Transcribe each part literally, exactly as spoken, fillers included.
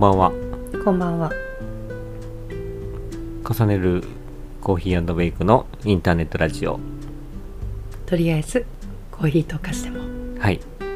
ばんは。 こんばんは。 重ねるコーヒー&ベイクのインターネットラジオ。 とりあえずコーヒーとかしても。 はい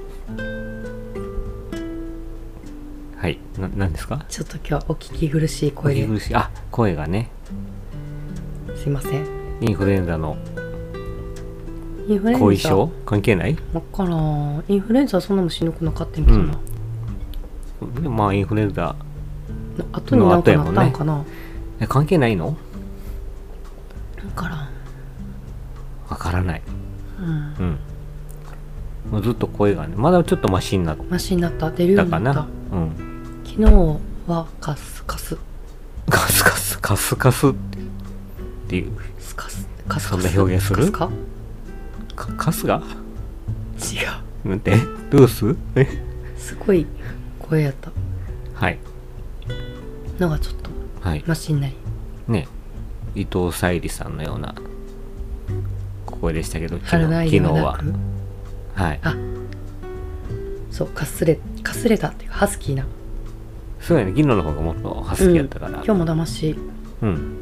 はいな、なんですか？ ちょっと今日お聞き苦しい声で。 お聞き苦しい。あ、声がね。 すいません。 インフルエンザのインフルエンザ後遺症関係ない？ わからん。インフルエンザはそんなもしんどくなかったんけどな。 うん、でもまあインフルエンザの後になんかなったんかな。 え、関係ないの？ わからん。 わからない。 うん。 うんもうずっと声がね、まだちょっとマシになっマシになった。出るようになった。 たかな。うん。 昨日はカスカス。 カスカスカスカスっていうスカスカスそんな表現する？ カスか？ かカスが？ 違なんて？どうす？え？ う。すごい声やった。 はいのがちょっとはいマシになり。 ね、伊藤沙莉さんのような声でしたけど、昨春日昨日ないではなはく。 はいあ、そうかすれかすれたっていうかハスキーな。 そうやね、昨日の方がもっとハスキーやったから、 うん、今日もだましい。 うん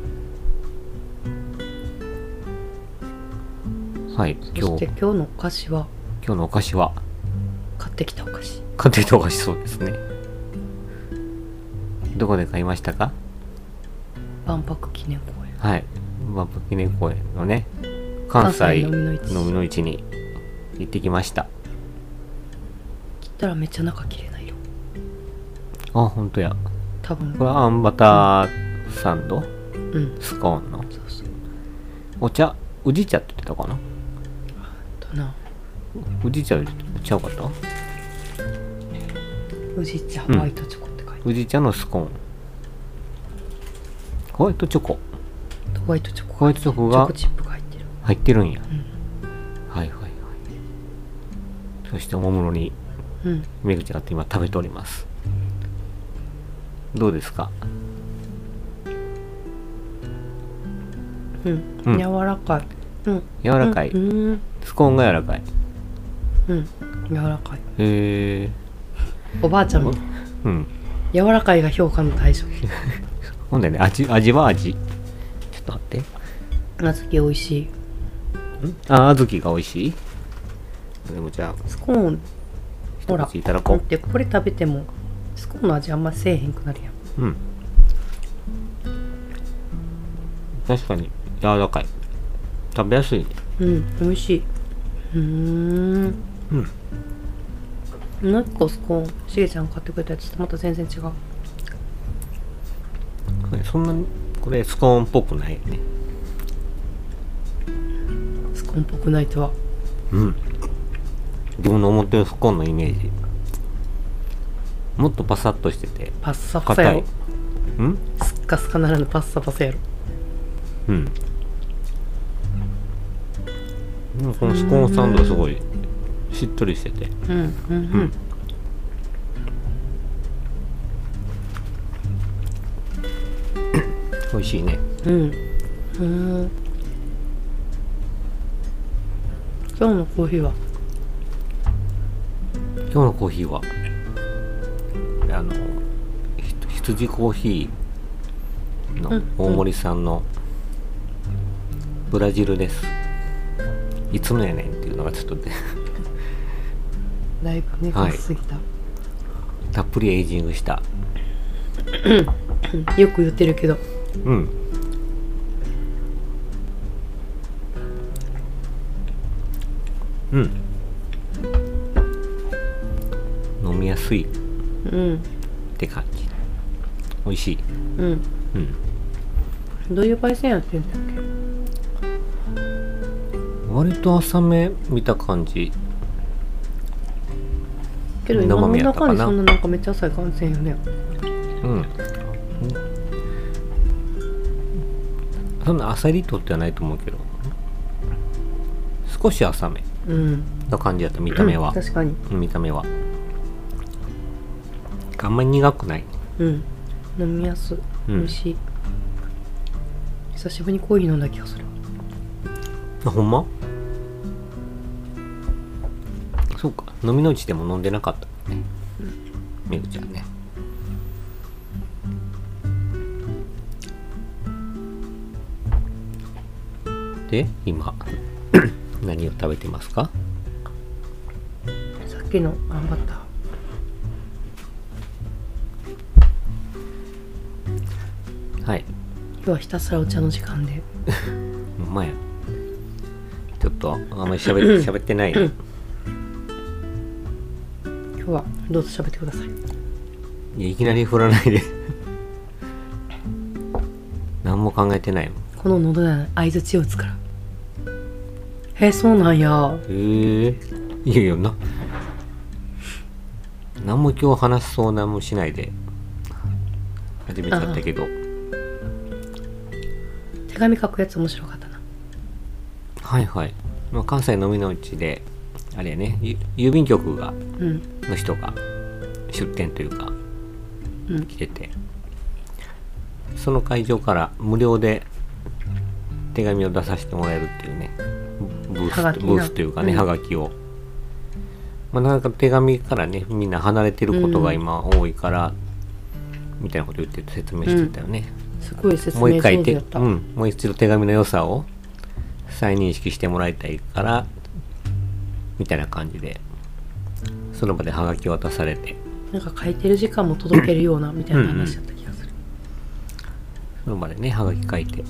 はいそ今日して今日のお菓子は今日のお菓子は買ってきたお菓子。 買ってきたお菓子。そうですね。どこで買いましたか？ 万博記念公園。 はい万博記念公園のね、関西関西飲みの市飲みの市に行ってきました。 切ったらめっちゃ中綺麗な色。 あ、ほんとや。 多分。 これはあんバターサンド、 うん。 スコーンのそうそう。 お茶、宇治茶って言ってたかな？ とな。 宇治茶ちゃうかった？ 宇治茶うんホワイトチョコって書いてある。 宇治茶のスコーン。ホワイトチョコ。 ホワイトチョコ。 ホワイトチョコがチョコチップが入ってる。 入ってるんや。 うん。 はいはいはい。そしておもむろにうん。 めぐちゃんと今食べております。どうですか？ うん。 うん柔らかい。うん。 柔らかい。 うん。うん。 スコーンが柔らかい。 うん柔らかい。 へえ。 おばあちゃんもうん柔らかいが評価の対象。 ほんでね、味味は味。ちょっと待って。 小豆美味しい。 あ、小豆が美味しい。でもじゃあスコーンほら一口いただこう。 待ってこれ食べてもスコーンの味あんませえへんくなるやん。 うん確かに柔らかい。食べやすいね。 うん美味しい。うーんうんもう一個スコーンしげちゃん買ってくれたやつとまた全然違う。 これそんなにこれスコーンっぽくないよね。 スコーンっぽくないとは。 うん自分の思ってるスコーンのイメージ、もっとパサッとしててパッサパサや硬い。 ろ。 うんスッカスカならぬパッサパサやろ。 うんでもこのスコーンサンドはすごいしっとりしてて、 うんうんうん、 うん美味しいね。 うんうん今日のコーヒーは今日のコーヒーはあのひ羊コーヒーの大森さんのブラジルです。いつもやねんっていうのがちょっとねだいぶ寝かしすぎた、 たっぷりエイジングした。 よく言ってるけどうんうん飲みやすいっうんて感じ。美味しい。 うんうんどういう焙煎やってんだっ割と浅め見た感じ。 けけど今飲んだ生身やったかな感じそんななんかめっちゃ浅い感じせんよね。 うんそんな浅いとってはないと思うけど少し浅めうんな感じだった。見た目は、 うん確かに見た目はあんまり苦くない。 うん飲みやすい、 うん美味しい。久しぶりにコーヒー飲んだ気がする。 あ、ほんま？そうか、飲みのうちでも飲んでなかったね、めぐちゃんね。 で今何を食べてますか？ さっきのあんバター。はい。 今日はひたすらお茶の時間で。 ほんまや。ちょっとあんまりしゃべ喋ってないね。 今日はどうぞ喋ってください。 いやいきなり振らないで。何も考えてないもん。 この喉で相づちを打つから。へえ、そうなんや。 へえ。いやいやな。何も今日話そう何もしないで始めちゃったけど。 手紙書くやつ面白かったな。 はいはい。まあ、関西のみのうちであれやね、郵便局が、 うん、 の人が出店というか、 うん、 来てて、その会場から無料で手紙を出させてもらえるっていうね、ブース、ブースというかね、うん、はがきを。まあ、なんか手紙からね、みんな離れてることが今多いから、うん、みたいなこと言ってて説明してたよね。 うん、すごい説明上手やった。 もう一回、うん、もう一度手紙の良さを再認識してもらいたいからみたいな感じでその場でハガキを渡されて、 なんか書いてる時間も届けるようなみたいな話だった気がする。 その場でねハガキ書いて、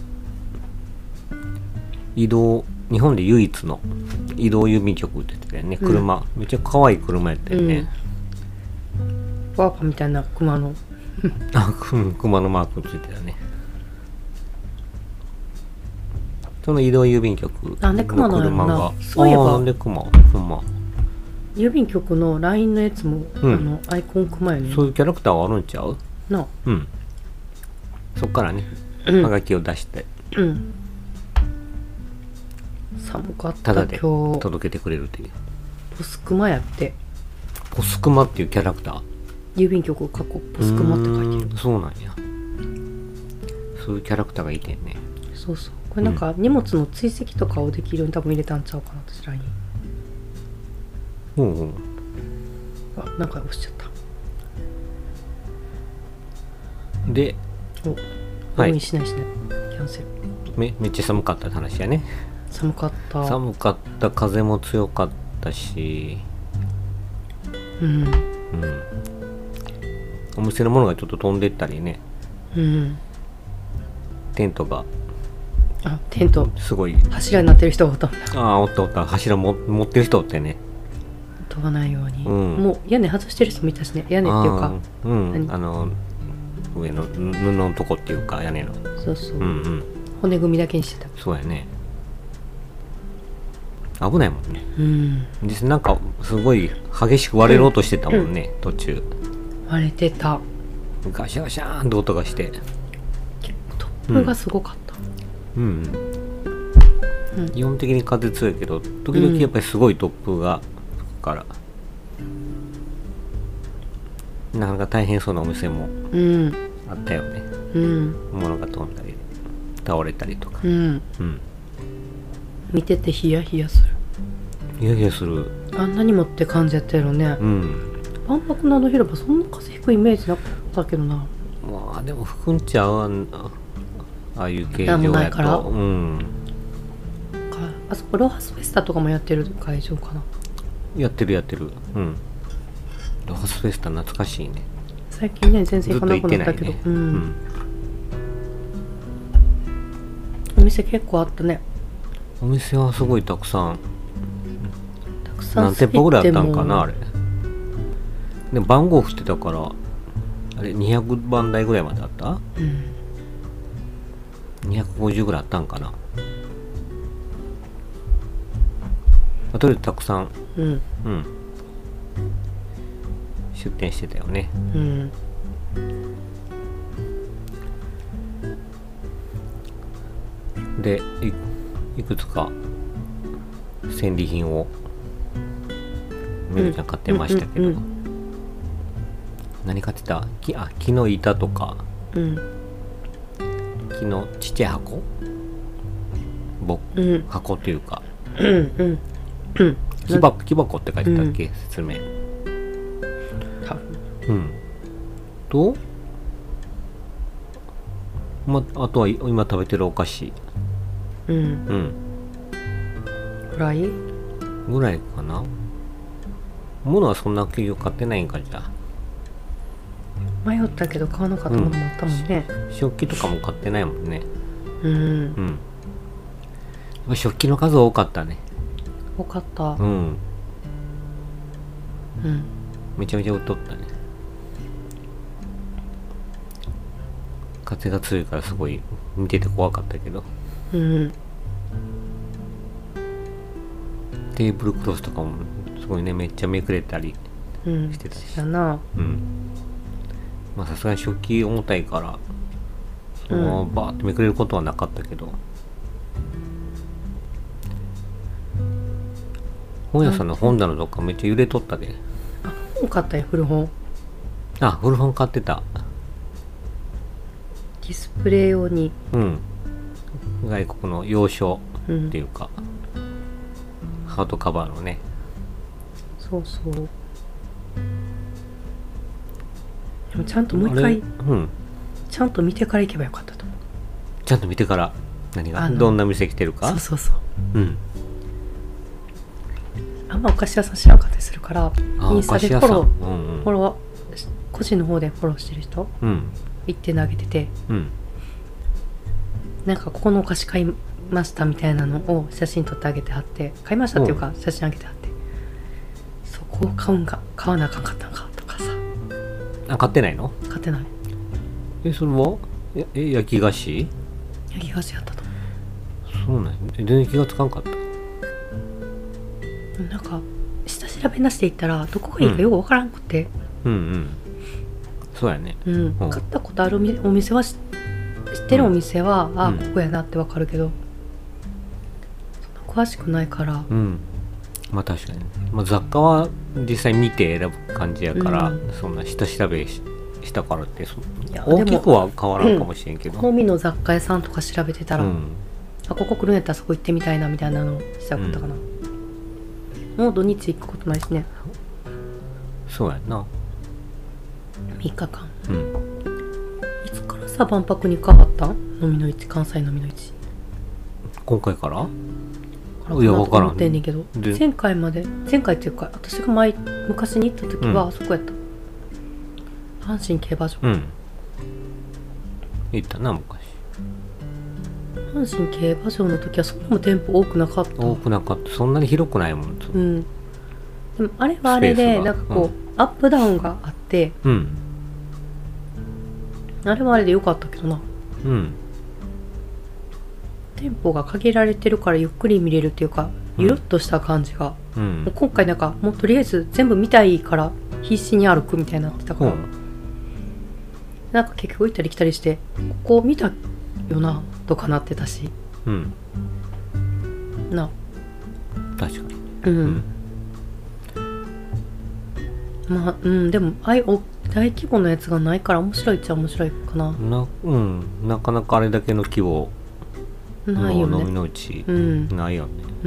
移動日本で唯一の移動郵便局って言ってたよね。車、うん、めっちゃ可愛い車やったよね。 うん、ワーパみたいな熊のあ、熊のマークついてたね。その移動郵便局の車が、 そういえばなんで熊、ほんま。 郵便局の ライン のやつも、うん、あのアイコン熊やね。 そういうキャラクターがあるんちゃう？ な、 うん。そっからね、 うん、 はがきを出して、 うん、寒かった。 ただで届けてくれるという。 ポスクマやって。 ポスクマっていうキャラクター。 郵便局を過去ポスクマって書いてる。 そうなんや。そういうキャラクターがいてんね。 そうそう。これなんか荷物の追跡とかをできるように多分入れたんちゃうかな、私 ライン。 ほうほう。 あ、なんか押しちゃった。 で、 お、はい。しないしない。キャンセル。 め、めっちゃ寒かったって話やね。 寒かった。 寒かった。風も強かったし。 うん。うん。 お店のものがちょっと飛んでったりね。 うん。テントが。 あ、テントすごい柱になってる人がおったんだ。 ああ、おったおった。柱も持ってる人おってね、 飛ばないように、 うん、 もう屋根外してる人見たしね。屋根っていうか、 うん、あの上の布のとこっていうか屋根の、 そうそう、 うんうん、 骨組みだけにしてた。 そうやね。危ないもんね。 うん。 でなんかすごい激しく割れろうとしてたもんね、うん、途中割れてた。 ガシャガシャーンと音がして、 結構突風がすごかった。 うん、うん、基本的に風強いけど時々やっぱりすごい突風が吹くから、うん、なかなか大変そうなお店もあったよね、うん、物が飛んだり倒れたりとか、 うんうん、見ててヒヤヒヤする。 ヒヤヒヤする。あんなにもって感じやったよね。 うん。 万博のあの広場そんな風吹くイメージなかったけどな。 まあでも吹くんちゃう、あんああいう形状やと。うん。 あそこロハスフェスタとかもやってる会場かな。 やってるやってる。うん。ロハスフェスタ懐かしいね。 最近ね全然行かなくなったけど、ね、うん、うん。お店結構あったね。 お店はすごいたくさん。 たくさん何店舗ぐらいあったんかなあれ。でも番号振ってたからあれにひゃくばん台ぐらいまであった？うん。にひゃくごじゅうぐらいあったんかな。とりあえずたくさん、 うん、 うん、出店してたよね。 うん。 で い, いくつか戦利品をめぐちゃん買ってましたけど、うんうんうん、何買ってた？きあ木の板とか、 うん、 木のちっちゃい箱ぼ、うん、箱っていうか、 うんうんうん、木箱木箱って書いてたっけ、うん、説明。 多分。 うん。と、まあとは今食べてるお菓子。 うん。 うん。 ぐらいぐらいかな。物はそんな結局買ってないんか。じゃあ迷ったけど買わなかったものもあったもんね。 食器とかも買ってないもんね。 うん、 うん、食器の数多かったね。 多かった。 うん、 うん、 めちゃめちゃ売っとったね。風が強いからすごい見てて怖かったけど。 うん、 テーブルクロスとかもすごいね、めっちゃめくれたりうんしてたし、 だな。 うん、まあさすがに食器重たいからそのままバーってめくれることはなかったけど、本屋さんの本棚とかめっちゃ揺れとったで。 あ、本買ったよ、古本。 あ、古本買ってた。 ディスプレイ用に。 うん、外国の洋書うんっていうか、ハードカバーのね。 そうそう。でもちゃんともう一回、 あれ、うん、 ちゃんと見てから行けばよかったと思う。 ちゃんと見てから。何があのどんな店来てるか。 そうそうそう。 うん、 あんまお菓子屋さん知らんかったりするから、 あ、 インスタでフォロー、 お菓子屋さん、うんうん、 フォロー、個人の方でフォローしてる人、 うん行って投げてて、 うん、 なんかここのお菓子買いましたみたいなのを写真撮ってあげてはって、買いましたっていうか写真あげてはって、そこを買うんか買わなあかんかったんかとかさ。 あ、買ってないの。 買ってない。 え、それはええ焼き菓子。 焼き菓子やったとそうなんや。え、全然気がつかんかった。 思う。なんか下調べなしで行ったらどこがいいかよくわからんくて、 うんうん、そうやね。 うん、 うん買ったことあるお店お店は知ってるお店は、あ、 うんここやなってわかるけど、そんな詳しくないから、 うん、まあ確かに、まあ、雑貨は実際見て選ぶ感じやから、 うん、 そんな下調べ し, したからってそいや大きくは変わらんかもしれんけど、 好みの雑貨屋さんとか調べてたら、 うん、 あ、ここ来るんやったらそこ行ってみたいなみたいなのしたかったかな、うん、もう土日行くことないしね。 そうやな。 みっかかん、 うん、 いつからさ万博に変わったん。飲みの市、関西飲みの市今回からからいや分からん思ってんねんけど、 で前回まで前回っていうか私が前昔に行った時は、 うんあそこやった。阪神競馬場、 うん、行ったな昔。 阪神競馬場の時はそんなも店舗多くなかった。 多くなかった。そんなに広くないもん。 うん、でもあれはあれスペースがでなんかこう、 うんアップダウンがあって、 うんあれはあれで良かったけどな。 うん店舗が限られてるからゆっくり見れるっていうか、ゆるっとした感じが、 うもうん今回なんかもうとりあえず全部見たいから必死に歩くみたいになってたから、 うんなんか結局行ったり来たりしてここ見たよなとかなってたしうんな。 確かに。 うん、 うんまあうんでもああいうお大規模なやつがないから面白いっちゃ面白いかな。 な、うん、なかなかあれだけの規模ないよの飲みね。 のうちうんないよね。 うん、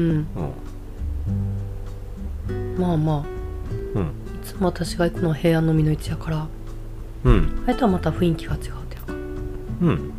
うんまあまあうんいつも私が行くのは平安飲みの市やから、 うんあれとはまた雰囲気が違うっていうか、 うん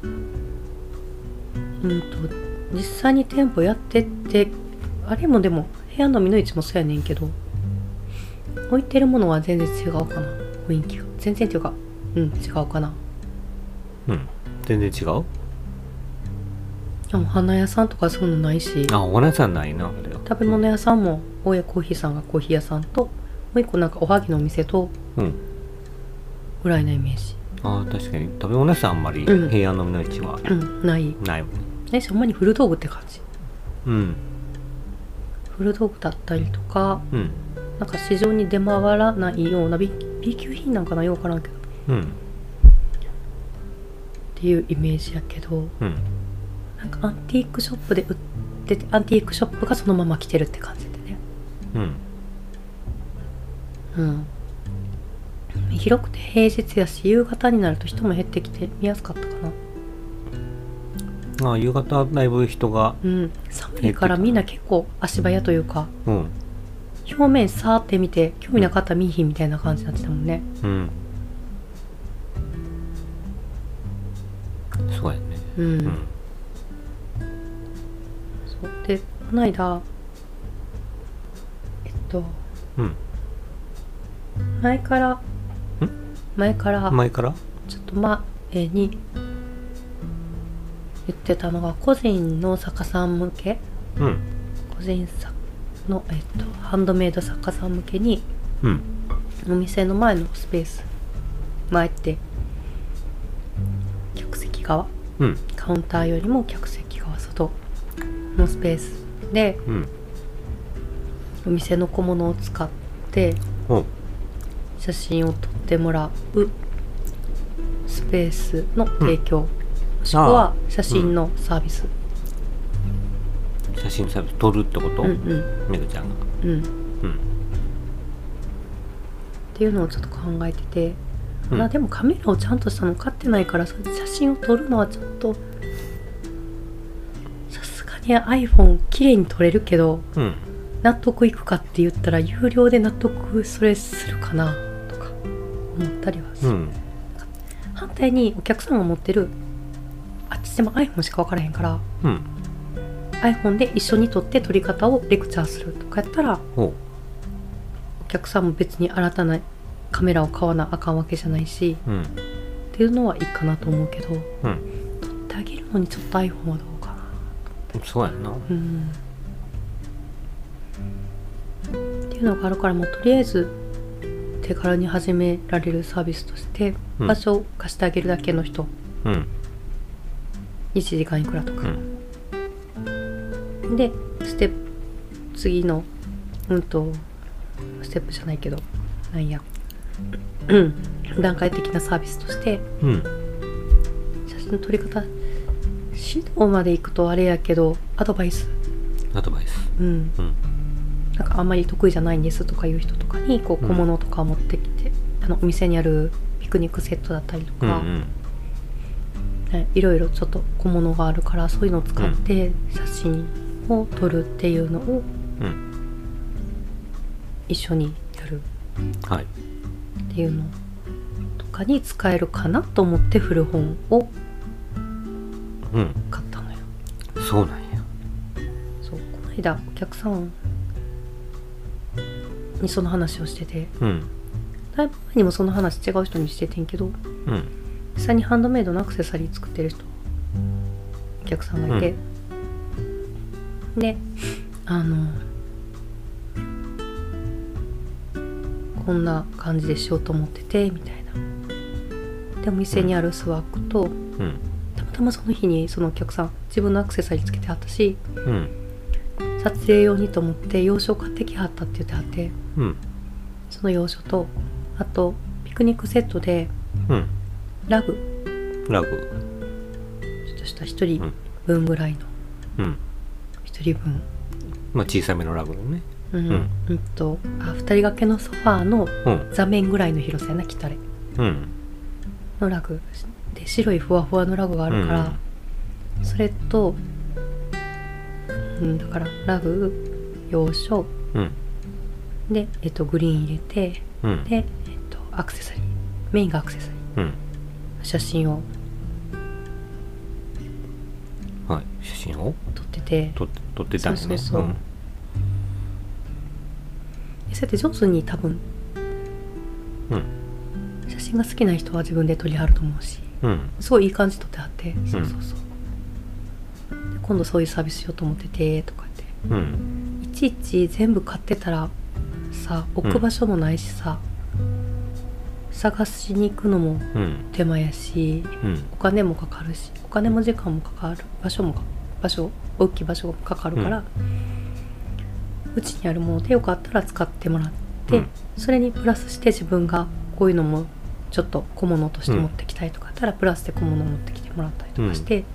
うんと実際に店舗やってってあれもでも平安飲みの市もそうやねんけど、置いてるものは全然違うかな。雰囲気が全然っていうかうん違うかな。 うん全然違う。 でも花屋さんとかそういうのないし、 あ、お花屋さんないなあれは。 食べ物屋さんも大家コーヒーさんがコーヒー屋さんともう一個なんかおはぎのお店とうんぐらいのイメージ。 あ、確かに食べ物屋さんあんまりうん平安飲みのうちはうんないないもんね。 ね。ほんまに古道具って感じ。 うん古道具だったりとかうんなんか市場に出回らないような B, B 級品なんかなようわからんけどっうんていうイメージやけど、 うんなんかアンティークショップで売っててアンティークショップがそのまま来てるって感じでね。 うんうん広くて平日やし夕方になると人も減ってきて見やすかったかな。 あ、夕方だいぶ人がうん寒いからみんな結構足早というかうん表面さーって見て興味なかったら見いひんみたいな感じになってたもんね。 うんそうやね。 うん、 うんそうでこの間とうん前から前から前からちょっと前に言ってたのが個人の作家さん向け、 うん、 個人作の、えっと、ハンドメイド作家さん向けに、 うん、 お店の前のスペース、前って客席側、 うん、 カウンターよりも客席側外のスペースで、 うん、 お店の小物を使って写真を撮ってもらうスペースの提供、うんもしくは写真のサービス、 うん、写真サービス撮るってこと？ うんうんめぐちゃんがうん、うん、 っていうのをちょっと考えてて、 うん、 まあでもカメラをちゃんとしたの買ってないからそれ写真を撮るのはちょっとさすがに iPhone 綺麗に撮れるけど、うん、納得いくかって言ったら有料で納得それするかなとか思ったりはする、うん、反対にお客さんが持ってるあっちでも iPhone しか分からへんから、うん、iPhone で一緒に撮って撮り方をレクチャーするとかやったらお客さんも別に新たなカメラを買わなあかんわけじゃないし、うん、っていうのはいいかなと思うけど、うん、撮ってあげるのにちょっと iPhone はどうかな。 そうやな、うん、 っていうのがあるからもうとりあえず手軽に始められるサービスとして場所を貸してあげるだけの人、うんいちじかんいくらとか、うん、でステップ次のうんとステップじゃないけどなんや、うん、段階的なサービスとして、うん、写真の撮り方指導までいくとあれやけどアドバイスアドバイス、 うんうん、なんかあんまり得意じゃないんですとかいう人とかにこう小物とかを持ってきて、うん、あのお店にあるピクニックセットだったりとか、うんうんいろいろちょっと小物があるからそういうのを使って写真を撮るっていうのを一緒にやるっていうのとかに使えるかなと思って古本を買ったのよ、 うん、そうなんやそうこの間お客さんにその話をしてて、うん、だいぶ前にもその話違う人にしててんけど、うん実際にハンドメイドのアクセサリー作ってる人お客さんがいて、うん、であのこんな感じでしようと思っててみたいなでお店にあるスワッグと、うん、たまたまその日にそのお客さん自分のアクセサリーつけてはったし、うん、撮影用にと思って洋書買ってきはったって言ってはって、うん、その洋書とあとピクニックセットで、うんラグラグちょっとしたひとりぶんぐらいの、うん、ひとりぶんまあ小さめのラグのねうん、うんうん、とあふたり掛けのソファーの座面ぐらいの広さやなきっとあれ、うん、のラグで白いふわふわのラグがあるから、うん、それと、うん、だからラグ洋書、うん、で、えっと、グリーン入れて、うん、で、えっと、アクセサリーメインがアクセサリー、うん写真をはい写真を撮ってて撮って撮ってたんですね。 そうそうそう、うん、そうやって上手に多分、うん、写真が好きな人は自分で撮りはると思うし、うん、すごいいい感じ撮ってはって、うん、そうそうそうで今度そういうサービスしようと思っててとか言って、うん、いちいち全部買ってたらさ置く場所もないしさ、うん探しに行くのも手間やし、うん、お金もかかるしお金も時間もかかる場所も場所大きい場所もかかるから、うち、ん、にあるものでよかったら使ってもらって、うん、それにプラスして自分がこういうのもちょっと小物として持ってきたいとかあったら、うん、プラスで小物持ってきてもらったりとかして、うん、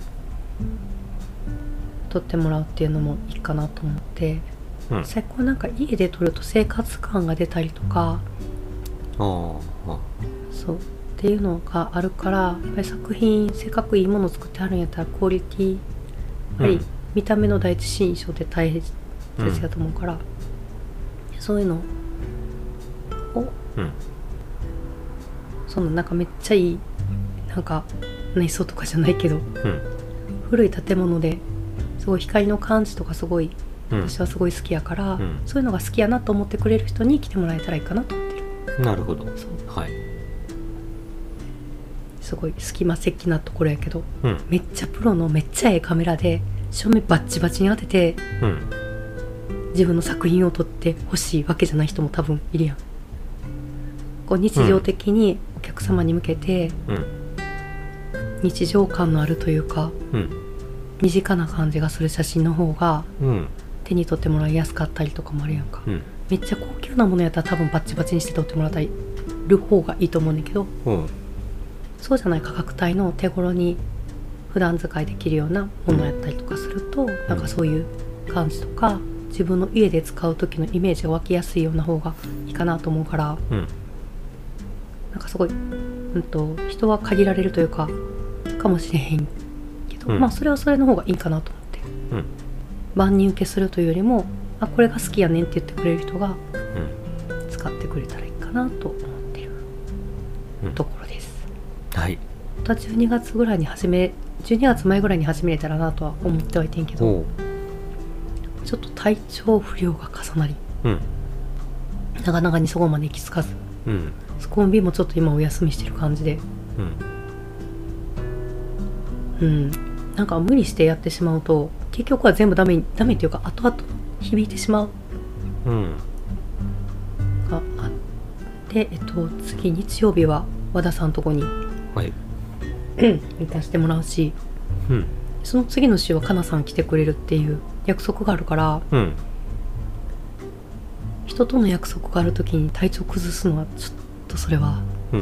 撮ってもらうっていうのもいいかなと思って、うん、最高なんか家で撮ると生活感が出たりとかああそうっていうのがあるからやっぱり作品せっかくいいものを作ってあるんやったらクオリティやっぱり見た目の第一印象って大切だと思うから、うん、そういうのを、うん、そのなんかめっちゃいいなんか内装とかじゃないけど、うん、古い建物ですごい光の感じとかすごいうん私はすごい好きやから、 うんそういうのが好きやなと思ってくれる人に来てもらえたらいいかなと思ってる。 なるほど。 そうはい。 すごい隙間的なところやけど、 うんめっちゃプロのめっちゃええカメラで照明バッチバチに当ててうん自分の作品を撮ってほしいわけじゃない人も多分いるやん。こう日常的にお客様に向けてうん日常感のあるというかうん身近な感じがする写真の方がうん手に取ってもらいやすかったりとかもあるやんか、 うんめっちゃ高級なものやったら多分バッチバチにして撮ってもらったりる方がいいと思うんだけど、 うんそうじゃない価格帯の手頃に普段使いできるようなものやったりとかすると、なんかそういう感じとか自分の家で使う時のイメージが湧きやすいような方がいいかなと思うから、 うんなんかすごい、うんと、人は限られるというかかもしれへんけど、 うんまあそれはそれの方がいいかなと思って、 うん万人受けするというよりも、あこれが好きやねんって言ってくれる人がうん使ってくれたらいいかなと思ってるうんところです。 はい。 またじゅうにがつぐらいに始めじゅうにがつまえぐらいに始めれたらなとは思ってはいてんけど、 おうちょっと体調不良が重なりうんなかなかにそこまで行き着かず、 うんコンビもちょっと今お休みしてる感じで、 うんうんなんか無理してやってしまうと結局は全部ダメダメっていうか後々響いてしまううんがあって、えっと次日曜日は和田さんとこにはい。 行かしてもらうし、 うんその次の週はかなさん来てくれるっていう約束があるから、 うん人との約束がある時に体調崩すのはちょっとそれはうん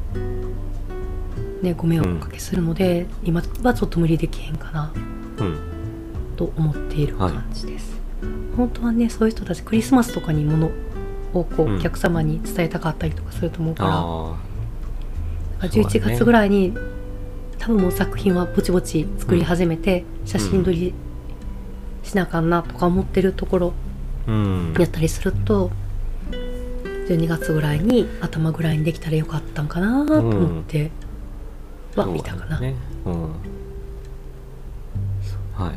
ねご迷惑おかけするので、今はちょっと無理できへんかなうんと思っている感じです、本当はねそういう人たちクリスマスとかに物をこううんお客様に伝えたかったりとかすると思うから、 ああじゅういちがつぐらいに多分もう作品はぼちぼち作り始めて、写真撮りしなあかんなとか思ってるところうんやったりすると、じゅうにがつぐらいに頭ぐらいにできたらよかったんかなと思っては見たかな、 そうだね。うんはい。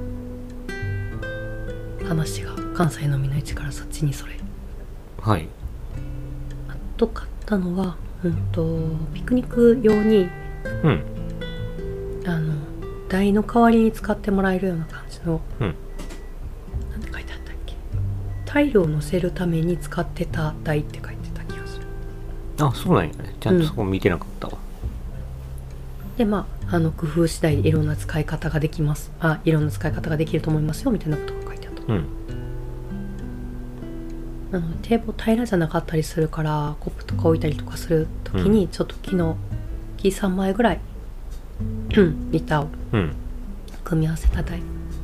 話が関西のみの市からそっちにそれはい。 あと買ったのは、うんとピクニック用にうんあの台の代わりに使ってもらえるような感じの、 うんなんて書いてあったっけ、タイルを乗せるために使ってた台って書いてた気がする。 あ、そうなんやね。ちゃんとそこ見てなかったわ。 でまああの工夫次第でいろんな使い方ができます、あいろんな使い方ができると思いますよみたいなことが書いてあった。 うんあの堤防平らじゃなかったりするからコップとか置いたりとかするときに、ちょっと昨日木さんまいぐらい板をうん組み合わせた台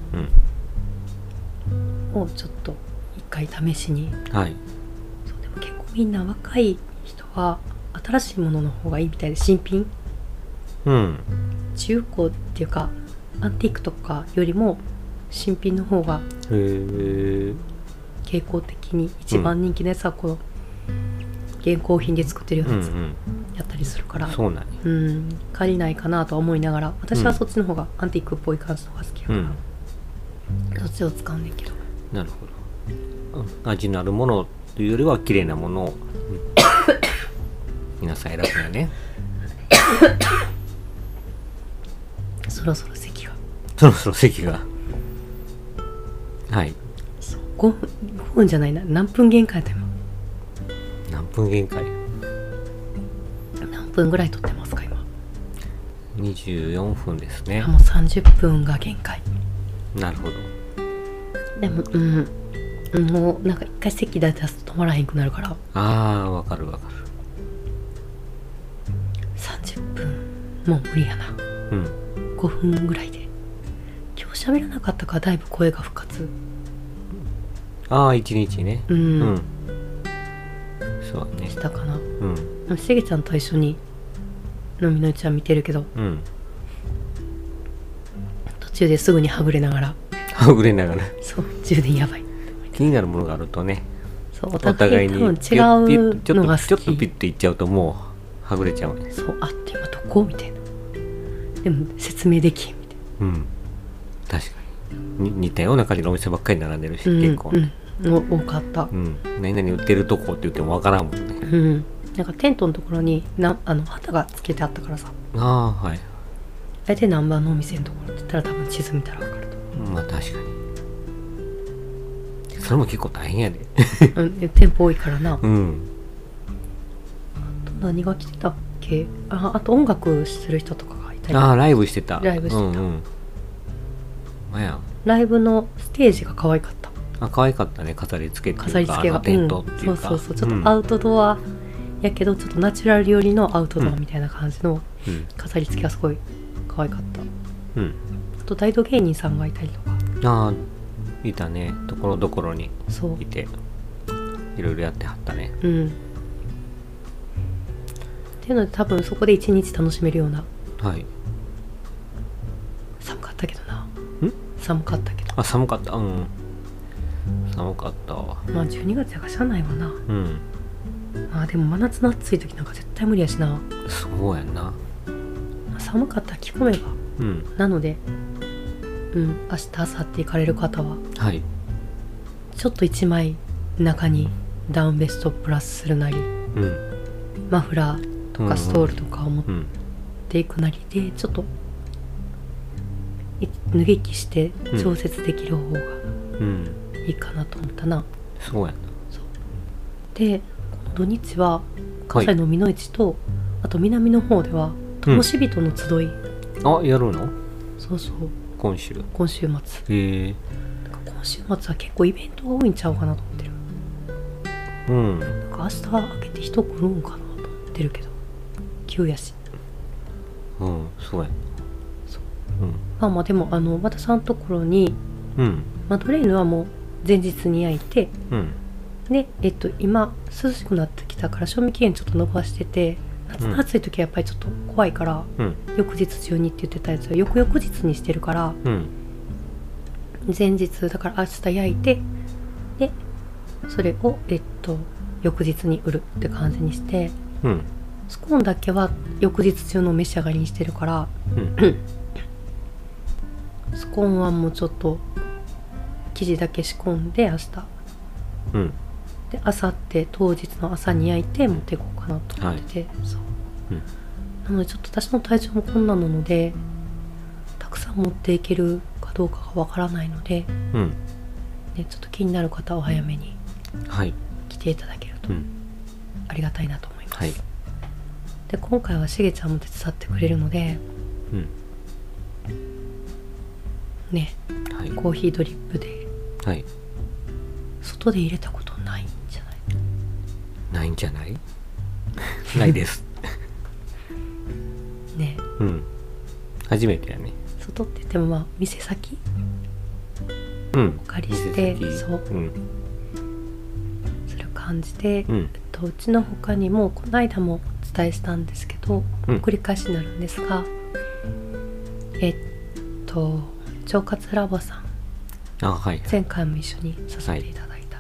うんをちょっと一回試しに、 はい。 そうでも結構みんな若い人は新しいものの方がいいみたいで、新品うん中古っていうかアンティークとかよりも新品の方がへえ。 傾向的に一番人気のやつはこの現行品で作ってるようなやつうんうん。 やったりするから、 そうなんや。 うん借りないかなとは思いながら、私はそっちの方がアンティークっぽい感じの方が好きやから、 うん。 そっちを使うんねんけど、 なるほど。うん味のあるものというよりは綺麗なものを、うん皆さん選ぶんやね。 そろそろ席がそろそろ席が。はい。 ごふんごふんじゃないな、何分限界だよ。 何分限界？ 何分ぐらい撮ってますか今。 にじゅうよんふんですねあ。もうさんじゅっぷんが限界。 なるほど。 でもうんうんもうなんか一回席で出すと止まらへんくなるから、 ああ、わかるわかる。 さんじゅっぷんもう無理やな。 うん。 ごふんぐらいで。今日喋らなかったからだいぶ声が復活。 ああ、一日ね。 うん、 うん。そうだねし。たかな。 うん。 しげちゃんと一緒に飲みのうちは見てるけど、 うん。 途中ですぐにはぐれながら、 はぐれながら。 そう充電やばい。 気になるものがあるとね、 そうおお互い多分互いに違うちょっとのが好ちょっとピッき。 ていっちゃうともうはぐれちゃうね。 そうあって今どこみたいな。でも説明できへんみたいな。 うん。確かに似たような感じのお店ばっかり並んでるし、 うん、 結構、 うん、お多かった、 うん、何々売ってるとこって言ってもわからんもんね。 うん、なんかテントのところになあの旗がつけてあったからさ、 ああはい、 大体何番のお店のところって言ったら多分地図見たら分かると。 まあ確かにそれも結構大変やでうん、店舗多いからな。 うん。 あと何が来てたっけ。あ、あと音楽する人とかがいたり。 ああライブしてた。 ライブしてた。 うんうん。まや。 ライブのステージが可愛かった。 あ、可愛かったね。飾り付けっていうか、 飾り付けがテントっていうか、 うん、そうそうそう、ちょっとアウトドアやけど、うん、ちょっとナチュラル寄りのアウトドアみたいな感じの飾り付けがすごい可愛かった。うん。あと大道芸人さんがいたりとか。 ああ。いたね、ところどころにいていろいろやってはったね。うん。っていうので多分そこで一日楽しめるような。はい。寒かったけどな。ん？寒かったけど。あ、寒かった。うん。寒かったわ。まあじゅうにがつやからしゃあないわな。うん。まあでも真夏の暑い時なんか絶対無理やしな。そうやな。寒かったら着込めば。うん。なので。うん、明日明後日行かれる方は、はい、ちょっといちまい中にダウンベストプラスするなり、うん、マフラーとかストールとかを持っていくなりで、うんうん、ちょっと脱ぎ着して調節できる方がいいかなと思ったな。うんうん、そうやな。そうで、この土日は関西の美濃市と、はい、あと南の方では灯火人の集い、うん、あ、やるの？そうそう、今週今週末。へえ。今週末は結構イベントが多いんちゃうかなと思ってる。うん。なんか明日明けて人来るんかなと思ってるけど、急やし。うん、そうや。そう。うん。まあまあでもあの和田さんのところに、うん。マドレーヌはもう前日に焼いて、うん。でえっと今涼しくなってきたから賞味期限ちょっと伸ばしてて。夏の暑い時はやっぱりちょっと怖いから、うん、翌日中にって言ってたやつは翌々日にしてるから、うん、前日だから明日焼いて、でそれをえっと翌日に売るって感じにして、うん、スコーンだけは翌日中の召し上がりにしてるから、うん、スコーンはもうちょっと生地だけ仕込んで明日、うん、で明後日当日の朝に焼いて持っていこうかなと思ってて、はい、そう、うん、なのでちょっと私の体調もこんななのでたくさん持っていけるかどうかがわからないので、うん、でちょっと気になる方は早めに来ていただけるとありがたいなと思います、はい、で今回はしげちゃんも手伝ってくれるので、うん、ね、はい、コーヒードリップで、はい、外で入れたことないんじゃない？ないんじゃない？ないですね。うん、初めてやね。外って言ってもまあ店先、うん、お借りしてそう、うん、する感じで、うん、えっと、うちの他にもこの間もお伝えしたんですけど、うん、繰り返しになるんですが、えっと腸活ラボさん、あ、はい、前回も一緒にさせていただいた、はい、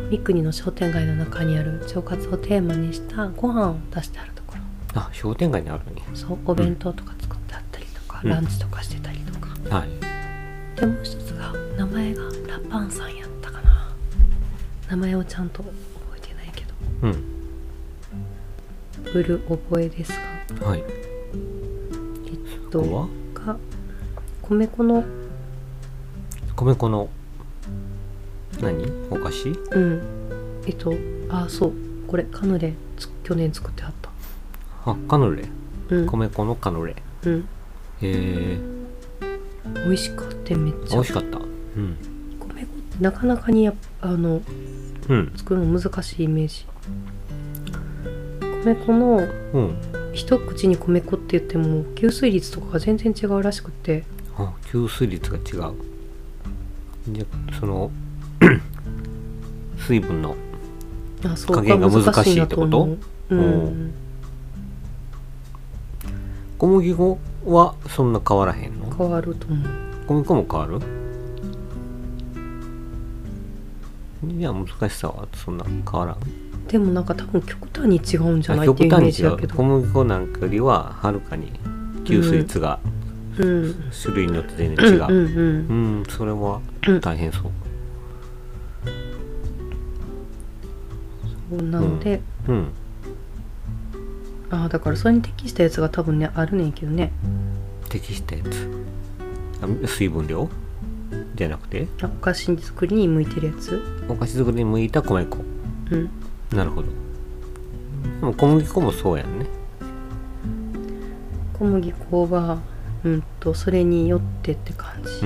三国の商店街の中にある腸活をテーマにしたご飯を出してあるところ。あ、商店街にあるのに。そう、お弁当とか作ってあったりとか、うん、ランチとかしてたりとか、うん、はい。でもう一つが名前がラパンさんやったかな。名前をちゃんと覚えてないけど、うん、売る覚えですが、はい、えっとが米粉の米粉の何お菓子？うん。えっとあ、そうこれカヌレ去年作ってはった。あ、カヌレ。うん。米粉のカヌレ。うん。へえ。美味しかっためっちゃ。美味しかった。うん。米粉ってなかなかにやあの、うん、作るの難しいイメージ。米粉の、うん、一口に米粉って言っても吸水率とかが全然違うらしくて。あ、吸水率が違う。じゃその水分の加減が難しいってこと？うん、小麦粉はそんな変わらへんの？変わると思う。小麦粉も変わる？いや難しさはそんな変わらん。でもなんか多分極端に違うんじゃないっていうイメージだけど。小麦粉なんかよりははるかに吸水率がうん種類によって全然違う。 うんうんうんうん、それは大変そう。 そうなので、 うん。 ああだからそれに適したやつが多分ねあるねんけどね。 適したやつ。あ、水分量じゃなくて、 あお菓子作りに向いてるやつ。 お菓子作りに向いた米粉。 うん。 なるほど。でも小麦粉もそうやんね。 小麦粉はうんとそれによってって感じ。 うん。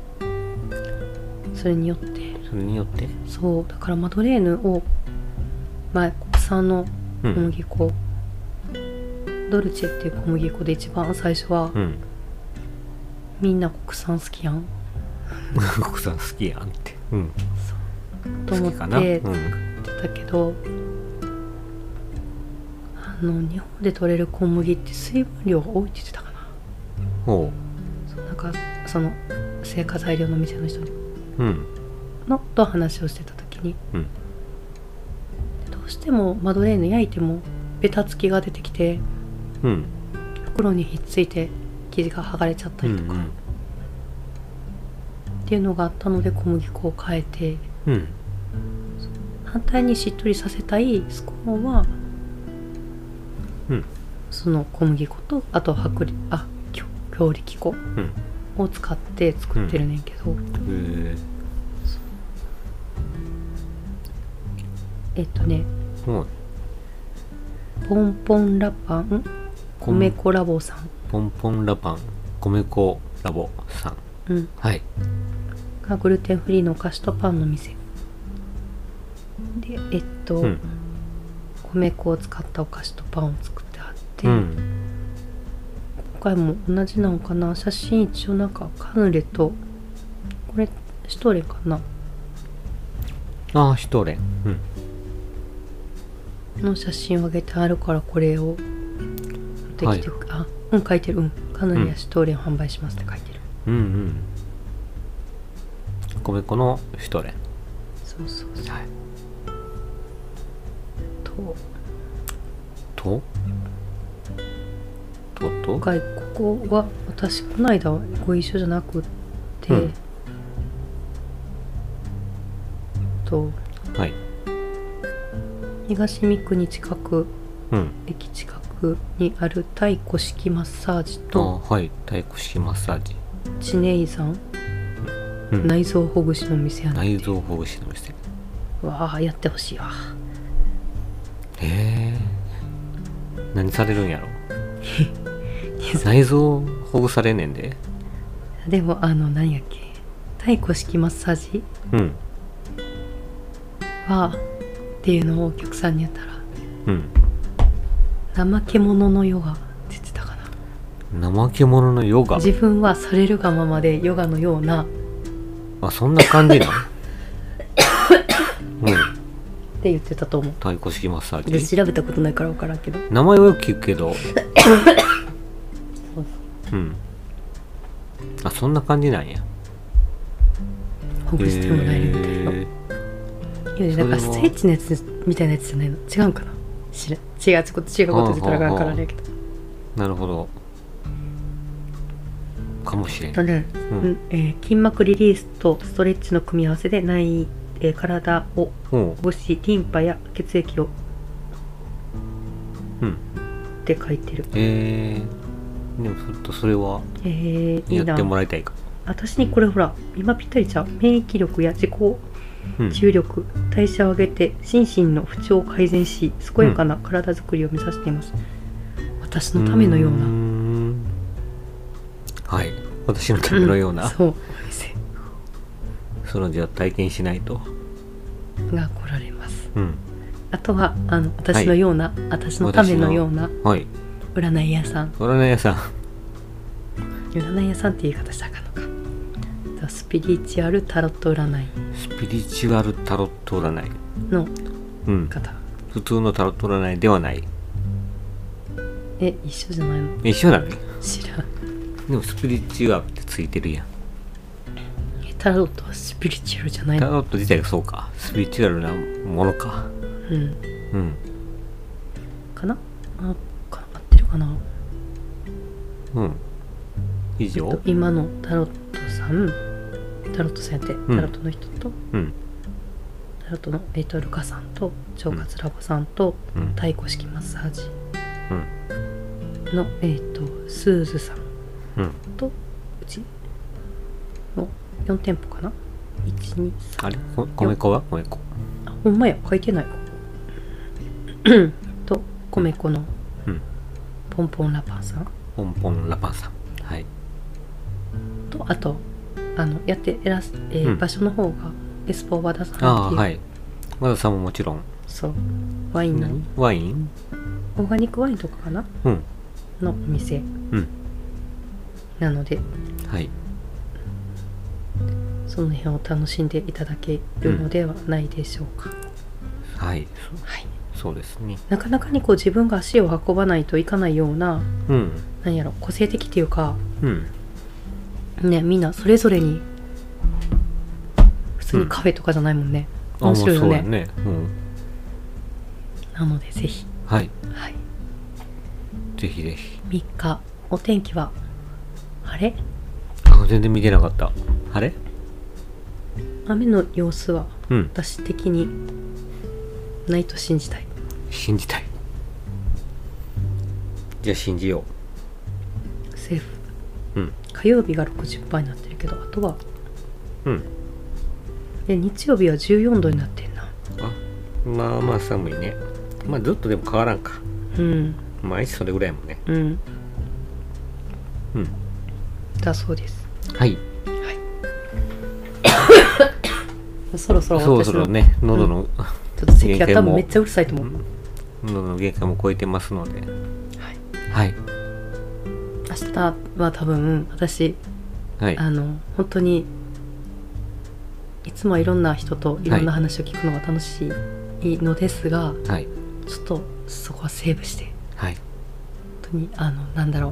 それによって。 それによって。 そうだからマドレーヌを前国産の小麦粉、うん、ドルチェっていう小麦粉で一番最初は、うん、みんな国産好きやん国産好きやんって、うん、 そうと思って作ってたけど、うん、あの日本で取れる小麦って水分量が多いって言ってたかな。 ほうそうなんかその製菓材料の店の人に、 うん、 のと話をしてた時に、 うん、 どうしてもマドレーヌ焼いてもベタつきが出てきて、 うん、 袋にひっついて生地が剥がれちゃったりとか、うんうん、っていうのがあったので小麦粉を変えて、 うん、 反対にしっとりさせたいスコーンは、 うん、 その小麦粉とあと薄力あ強力粉を使って作ってるねんけど、うん、えっとね、うん、ポンポンラパン米粉ラボさん、 ポンポンラパン米粉ラボさん、 うん、 はい、 がグルテンフリーのお菓子とパンの店で、えっと、うん、米粉を使ったお菓子とパンを作ってあって、うん、今回も同じなのかな。写真一応なんかカヌレとこれシュトーレンかな。 ああシュトーレン、 うん、の写真をあげてあるからこれをできて、はい、あうん書いてる、うん、カヌレやシュトーレンを販売しますって書いてる、 うん、うんうん米粉のシュトーレン、 そうそうそう、はい、とととと今回ここは私この間ご一緒じゃなくって、うん、と、 はい、 東三国近く、 うん、 駅近くにある太古式マッサージと、 あ、はい、太古式マッサージ知名山、うん、内臓ほぐしの店やな。 内臓ほぐしの店、 わあやってほしいわ。 へえ、何されるんやろ内臓ほぐされんねんで。 でもあの何やっけ、太古式マッサージ、 うん、 はっていうのをお客さんに言ったら、 うん、 怠け者のヨガって言ってたかな。怠け者のヨガ、 自分はされるがままでヨガのような、 あ、そんな感じなのうん、 って言ってたと思う。 太鼓式マッサージで調べたことないから分からんけど、 名前はよく聞くけどうん、あ、そんな感じなんや。 ほぐしてもらえるみたいな、えー、いやなんかステッチのやつみたいなやつじゃないの、違うんかな、知ら違うちょっと違うこと言ったらあかんからねけど、 なるほどかもしれん、 ね、うんえー、筋膜リリースとストレッチの組み合わせで内、えー、体をほぐし、リンパや血液を、 うん、 って書いてる。 えー、でもちょっとそれはやってもらいたいか、 えー、いいな。私にこれほら今ぴったりちゃう。免疫力や自己注力、うん、代謝を上げて心身の不調を改善し健やかな体づくりを目指しています、うん、私のためのような、うーん、 はい、私のためのような、 うん、そうそのじゃあ体験しないとが来られます、 うん、 あとはあの私のような、はい、私のためのような、 はい、 占い屋さん占い屋さん占い屋さんって言い方したかのか、スピリチュアルタロット占い、 スピリチュアルタロット占いの方、うん、 普通のタロット占いではない。 え、一緒じゃないの？ 一緒だね。 知らん。 でもスピリチュアルってついてるやん。 え、タロットはスピリチュアルじゃないの？ タロット自体がそうか、スピリチュアルなものか。 うんうんかな、あ、か合ってるかな。 うん、 以上、 えっと、今のタロットさんタロットさんやって、 んタロットの人とうんタロットの、えっと、ルカさんと腸活ラボさんと、 うん太鼓式マッサージうんの、えっと、スーズさんうんとうちのよん店舗かな。いちにあれこ米粉は米粉あほんまや書いてないと米粉のうんポンポンラパンさんポンポンラパンさんはいと、あとあのやってえらす、えーうん場所の方がエスポー和田さんっていう、 ああはい和田さんももちろんそうワインの何ワインオーガニックワインとかかなうんのお店うんなので、 はいその辺を楽しんでいただけるのではないでしょうか、 はいはい、 そそうですねなかなかにこう自分が足を運ばないといかないような、 うんなんやろ個性的っていうかうんね、みんなそれぞれに普通にカフェとかじゃないもんね、 あ面白いよね。 まあそうやねうんなのでぜひ、 はいはい、 ぜひぜひみっかお天気は晴れ、 あ全然見てなかったあれ雨の様子はうん私的にないと信じたい。 信じたいじゃあ信じよセーフ。 ううん火曜日が ろくじゅっパーセント になってるけど、あとはうんで日曜日はじゅうよんどになってんな。 あまあまあ寒いねまあずっとでも変わらんかうん毎日それぐらいやもんねうんうんだそうです。 はいそろそろ私のそろそろね喉の、 ちょっと咳が限界も多分めっちゃうるさいと思う。 喉の限界も超えてますのではい、 はい明日は多分私はいあの本当にいつもいろんな人といろんな話を聞くのが楽しいのですが、 はいちょっとそこはセーブしてはい本当にあのなんだろ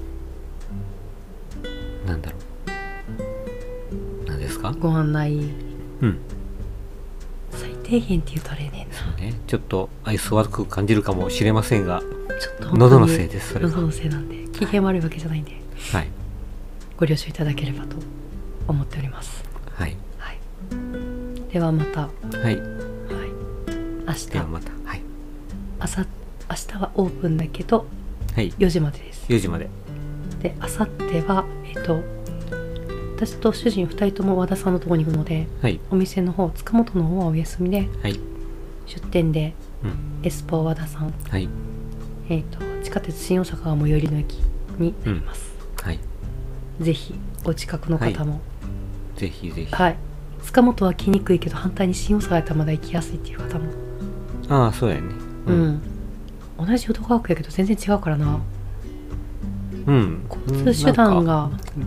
なんだろうなんですかうご案内うん最低限って言うとあれねんな。 ねちょっと愛想悪く感じるかもしれませんがちょっと本当に喉のせいですそれは喉のせいなんで機嫌悪いわけじゃないんではいご了承いただければと思っております。 はいはい、ではまた、ははいい、明日ではまたはい朝明日はオープンだけどはいよじまでです。 よじまでで明後日はえっと私と主人ふたりとも和田さんのところに行くので、 はいお店の方塚本の方はお休みではい出店でうんエスポー和田さん、 はいえっと地下鉄新大阪が最寄りの駅になります。 はいぜひお近くの方も、 ぜひぜひはい、塚本は来にくいけど反対に新大阪だったらまだ行きやすいっていう方も、 ああそうやねうん同じ淀川区やけど全然違うからな、 うん交通手段が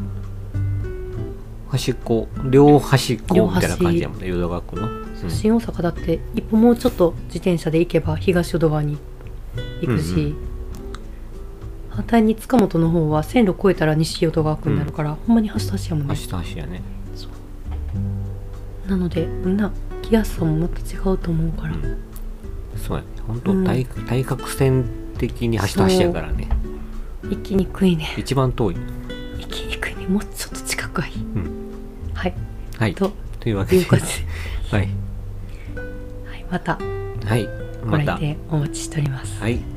端っこ両端っこ両端みたいな感じやもんね淀川区の、うん新大阪だって一歩もうちょっと自転車で行けば東淀川に行くし、 うんうん反対に塚本の方は線路越えたら西淀川区になるから、ほんまに端と端やもんね。 端と端やねなのでみんな来やすさもまた違うと思うから、 うんそうやね本当、 うん対対角線的に端と端やからね行きにくいね一番遠い行きにくいねもうちょっと近くがいい、 うんはいはいとというわけでいうことで、 はいはい、またはいご来また店お待ちしております。 はい